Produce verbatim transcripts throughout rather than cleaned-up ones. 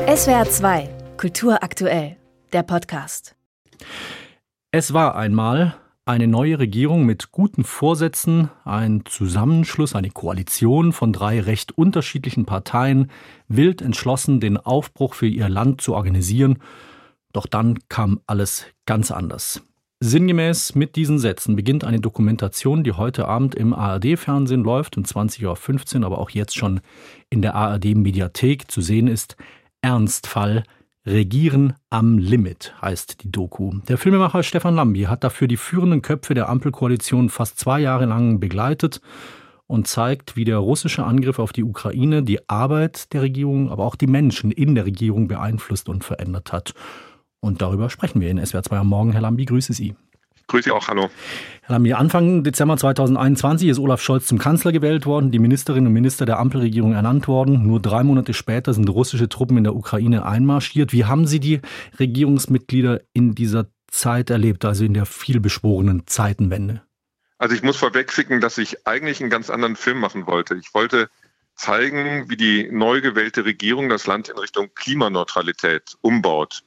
S W R zwei, Kultur aktuell, der Podcast. Es war einmal eine neue Regierung mit guten Vorsätzen, ein Zusammenschluss, eine Koalition von drei recht unterschiedlichen Parteien, wild entschlossen, den Aufbruch für ihr Land zu organisieren. Doch dann kam alles ganz anders. Sinngemäß mit diesen Sätzen beginnt eine Dokumentation, die heute Abend im A R D-Fernsehen läuft, um zwanzig Uhr fünfzehn, aber auch jetzt schon in der A R D-Mediathek zu sehen ist. Ernstfall, Regieren am Limit heißt die Doku. Der Filmemacher Stefan Lambi hat dafür die führenden Köpfe der Ampelkoalition fast zwei Jahre lang begleitet und zeigt, wie der russische Angriff auf die Ukraine die Arbeit der Regierung, aber auch die Menschen in der Regierung beeinflusst und verändert hat. Und darüber sprechen wir in S W R zwei am Morgen. Herr Lambi, grüße Sie. Grüße Sie auch, hallo. Herr Lambi, Anfang Dezember zweitausendeinundzwanzig ist Olaf Scholz zum Kanzler gewählt worden, die Ministerinnen und Minister der Ampelregierung ernannt worden. Nur drei Monate später sind russische Truppen in der Ukraine einmarschiert. Wie haben Sie die Regierungsmitglieder in dieser Zeit erlebt, also in der vielbeschworenen Zeitenwende? Also ich muss vorwegschicken, dass ich eigentlich einen ganz anderen Film machen wollte. Ich wollte zeigen, wie die neu gewählte Regierung das Land in Richtung Klimaneutralität umbaut.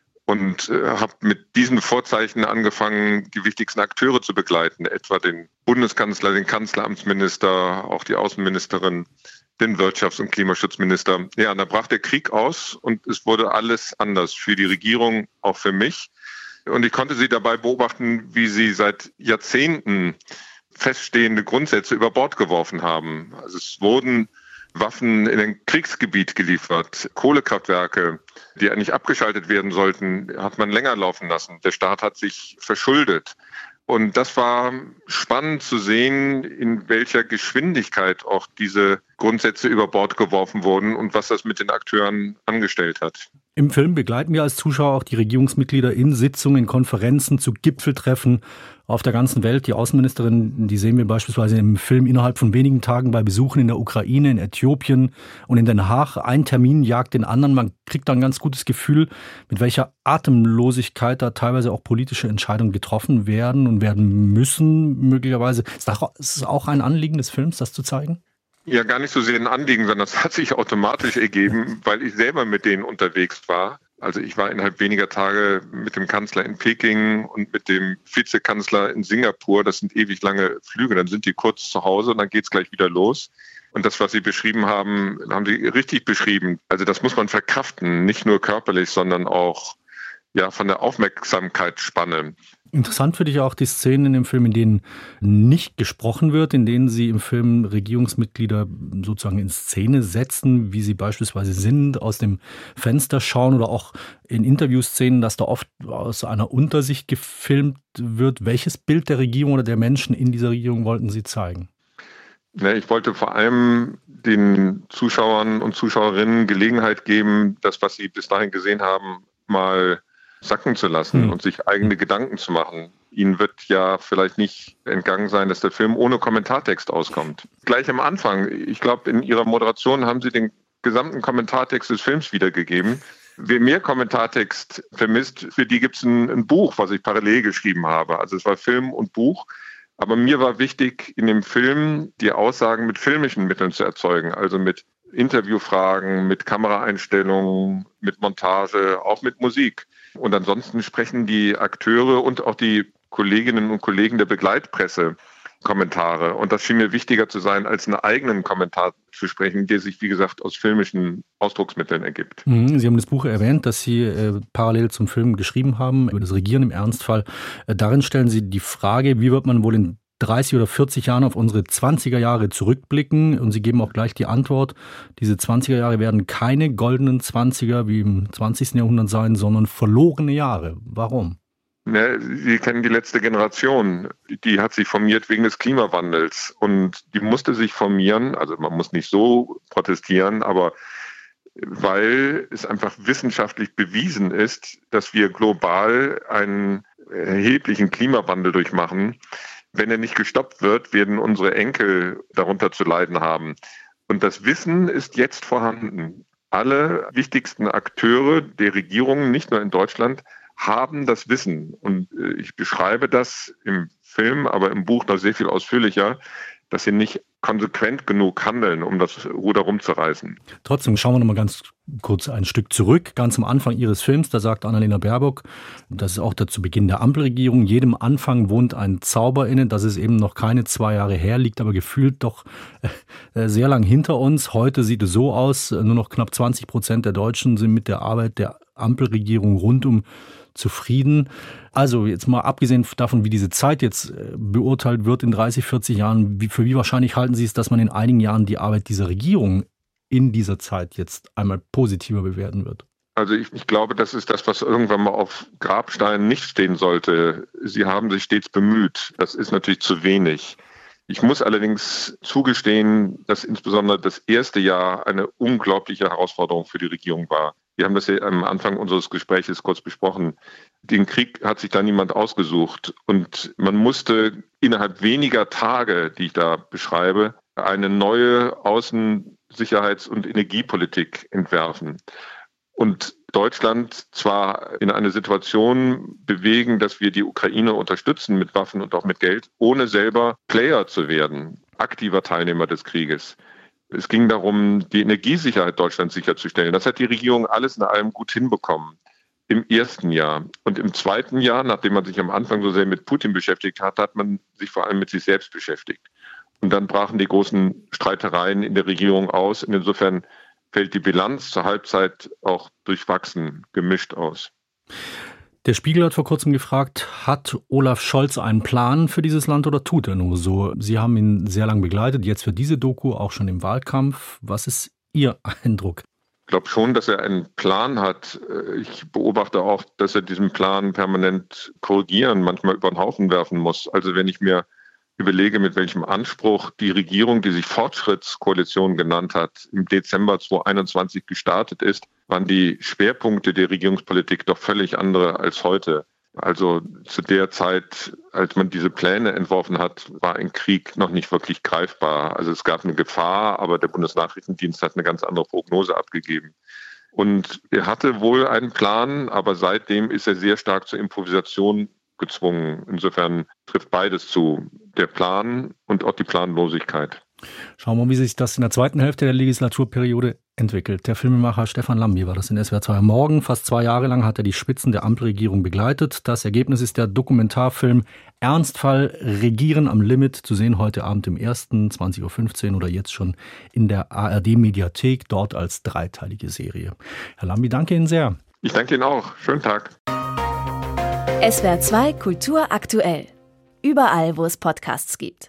Und äh, habe mit diesen Vorzeichen angefangen, die wichtigsten Akteure zu begleiten, etwa den Bundeskanzler, den Kanzleramtsminister, auch die Außenministerin, den Wirtschafts- und Klimaschutzminister. Ja, und da brach der Krieg aus und es wurde alles anders für die Regierung, auch für mich. Und ich konnte sie dabei beobachten, wie sie seit Jahrzehnten feststehende Grundsätze über Bord geworfen haben. Also es wurden Waffen in ein Kriegsgebiet geliefert, Kohlekraftwerke, die eigentlich abgeschaltet werden sollten, hat man länger laufen lassen. Der Staat hat sich verschuldet. Und das war spannend zu sehen, in welcher Geschwindigkeit auch diese Grundsätze über Bord geworfen wurden und was das mit den Akteuren angestellt hat. Im Film begleiten wir als Zuschauer auch die Regierungsmitglieder in Sitzungen, in Konferenzen, zu Gipfeltreffen auf der ganzen Welt. Die Außenministerin, die sehen wir beispielsweise im Film innerhalb von wenigen Tagen bei Besuchen in der Ukraine, in Äthiopien und in Den Haag. Ein Termin jagt den anderen. Man kriegt da ein ganz gutes Gefühl, mit welcher Atemlosigkeit da teilweise auch politische Entscheidungen getroffen werden und werden müssen, möglicherweise. Ist es auch ein Anliegen des Films, das zu zeigen? Ja, gar nicht so sehr ein Anliegen, sondern das hat sich automatisch ergeben, weil ich selber mit denen unterwegs war. Also ich war innerhalb weniger Tage mit dem Kanzler in Peking und mit dem Vizekanzler in Singapur. Das sind ewig lange Flüge, dann sind die kurz zu Hause und dann geht's gleich wieder los. Und das, was Sie beschrieben haben, haben Sie richtig beschrieben. Also das muss man verkraften, nicht nur körperlich, sondern auch ja von der Aufmerksamkeitsspanne. Interessant finde ich auch die Szenen in dem Film, in denen nicht gesprochen wird, in denen Sie im Film Regierungsmitglieder sozusagen in Szene setzen, wie sie beispielsweise sind, aus dem Fenster schauen oder auch in Interviewszenen, dass da oft aus einer Untersicht gefilmt wird. Welches Bild der Regierung oder der Menschen in dieser Regierung wollten Sie zeigen? Ja, ich wollte vor allem den Zuschauern und Zuschauerinnen Gelegenheit geben, das, was sie bis dahin gesehen haben, mal sacken zu lassen und sich eigene Gedanken zu machen. Ihnen wird ja vielleicht nicht entgangen sein, dass der Film ohne Kommentartext auskommt. Gleich am Anfang, ich glaube, in Ihrer Moderation haben Sie den gesamten Kommentartext des Films wiedergegeben. Wer mehr Kommentartext vermisst, für die gibt es ein, ein Buch, was ich parallel geschrieben habe. Also es war Film und Buch. Aber mir war wichtig, in dem Film die Aussagen mit filmischen Mitteln zu erzeugen, also mit Interviewfragen, mit Kameraeinstellungen, mit Montage, auch mit Musik. Und ansonsten sprechen die Akteure und auch die Kolleginnen und Kollegen der Begleitpresse Kommentare. Und das schien mir wichtiger zu sein, als einen eigenen Kommentar zu sprechen, der sich, wie gesagt, aus filmischen Ausdrucksmitteln ergibt. Sie haben das Buch erwähnt, das Sie äh, parallel zum Film geschrieben haben, über das Regieren im Ernstfall. Äh, darin stellen Sie die Frage, wie wird man wohl in dreißig oder vierzig Jahren auf unsere zwanziger Jahre zurückblicken, und Sie geben auch gleich die Antwort, diese zwanziger Jahre werden keine goldenen Zwanziger wie im zwanzigsten Jahrhundert sein, sondern verlorene Jahre. Warum? Ja, Sie kennen die letzte Generation, die hat sich formiert wegen des Klimawandels und die musste sich formieren, also man muss nicht so protestieren, aber weil es einfach wissenschaftlich bewiesen ist, dass wir global einen erheblichen Klimawandel durchmachen. Wenn er nicht gestoppt wird, werden unsere Enkel darunter zu leiden haben. Und das Wissen ist jetzt vorhanden. Alle wichtigsten Akteure der Regierungen, nicht nur in Deutschland, haben das Wissen. Und ich beschreibe das im Film, aber im Buch noch sehr viel ausführlicher, dass sie nicht konsequent genug handeln, um das Ruder rumzureißen. Trotzdem schauen wir noch mal ganz kurz ein Stück zurück, ganz am Anfang Ihres Films, da sagt Annalena Baerbock, das ist auch der, zu Beginn der Ampelregierung, jedem Anfang wohnt ein Zauber inne, das ist eben noch keine zwei Jahre her, liegt aber gefühlt doch äh, sehr lang hinter uns. Heute sieht es so aus, nur noch knapp zwanzig Prozent der Deutschen sind mit der Arbeit der Ampelregierung rundum zufrieden. Also jetzt mal abgesehen davon, wie diese Zeit jetzt beurteilt wird in dreißig, vierzig Jahren, wie, für wie wahrscheinlich halten Sie es, dass man in einigen Jahren die Arbeit dieser Regierung in dieser Zeit jetzt einmal positiver bewerten wird? Also ich, ich glaube, das ist das, was irgendwann mal auf Grabsteinen nicht stehen sollte. Sie haben sich stets bemüht. Das ist natürlich zu wenig. Ich muss allerdings zugestehen, dass insbesondere das erste Jahr eine unglaubliche Herausforderung für die Regierung war. Wir haben das ja am Anfang unseres Gespräches kurz besprochen. Den Krieg hat sich da niemand ausgesucht und man musste innerhalb weniger Tage, die ich da beschreibe, eine neue Außen-, Sicherheits- und Energiepolitik entwerfen. Und Deutschland zwar in eine Situation bewegen, dass wir die Ukraine unterstützen mit Waffen und auch mit Geld, ohne selber Player zu werden, aktiver Teilnehmer des Krieges. Es ging darum, die Energiesicherheit Deutschlands sicherzustellen. Das hat die Regierung alles in allem gut hinbekommen im ersten Jahr. Und im zweiten Jahr, nachdem man sich am Anfang so sehr mit Putin beschäftigt hat, hat man sich vor allem mit sich selbst beschäftigt. Und dann brachen die großen Streitereien in der Regierung aus. Und insofern fällt die Bilanz zur Halbzeit auch durchwachsen, gemischt aus. Der Spiegel hat vor kurzem gefragt, hat Olaf Scholz einen Plan für dieses Land oder tut er nur so? Sie haben ihn sehr lange begleitet, jetzt für diese Doku, auch schon im Wahlkampf. Was ist Ihr Eindruck? Ich glaube schon, dass er einen Plan hat. Ich beobachte auch, dass er diesen Plan permanent korrigieren, manchmal über den Haufen werfen muss. Also wenn ich mir überlege, mit welchem Anspruch die Regierung, die sich Fortschrittskoalition genannt hat, im Dezember zweitausendeinundzwanzig gestartet ist, waren die Schwerpunkte der Regierungspolitik doch völlig andere als heute. Also zu der Zeit, als man diese Pläne entworfen hat, war ein Krieg noch nicht wirklich greifbar. Also es gab eine Gefahr, aber der Bundesnachrichtendienst hat eine ganz andere Prognose abgegeben. Und er hatte wohl einen Plan, aber seitdem ist er sehr stark zur Improvisation gezwungen. Insofern trifft beides zu, der Plan und auch die Planlosigkeit. Schauen wir mal, wie sich das in der zweiten Hälfte der Legislaturperiode entwickelt. Der Filmemacher Stefan Lambi war das in S W R zwei Morgen. Fast zwei Jahre lang hat er die Spitzen der Ampelregierung begleitet. Das Ergebnis ist der Dokumentarfilm Ernstfall Regieren am Limit, zu sehen heute Abend im ersten, zwanzig Uhr fünfzehn oder jetzt schon in der A R D-Mediathek, dort als dreiteilige Serie. Herr Lambi, danke Ihnen sehr. Ich danke Ihnen auch. Schönen Tag. S W R zwei Kultur aktuell. Überall, wo es Podcasts gibt.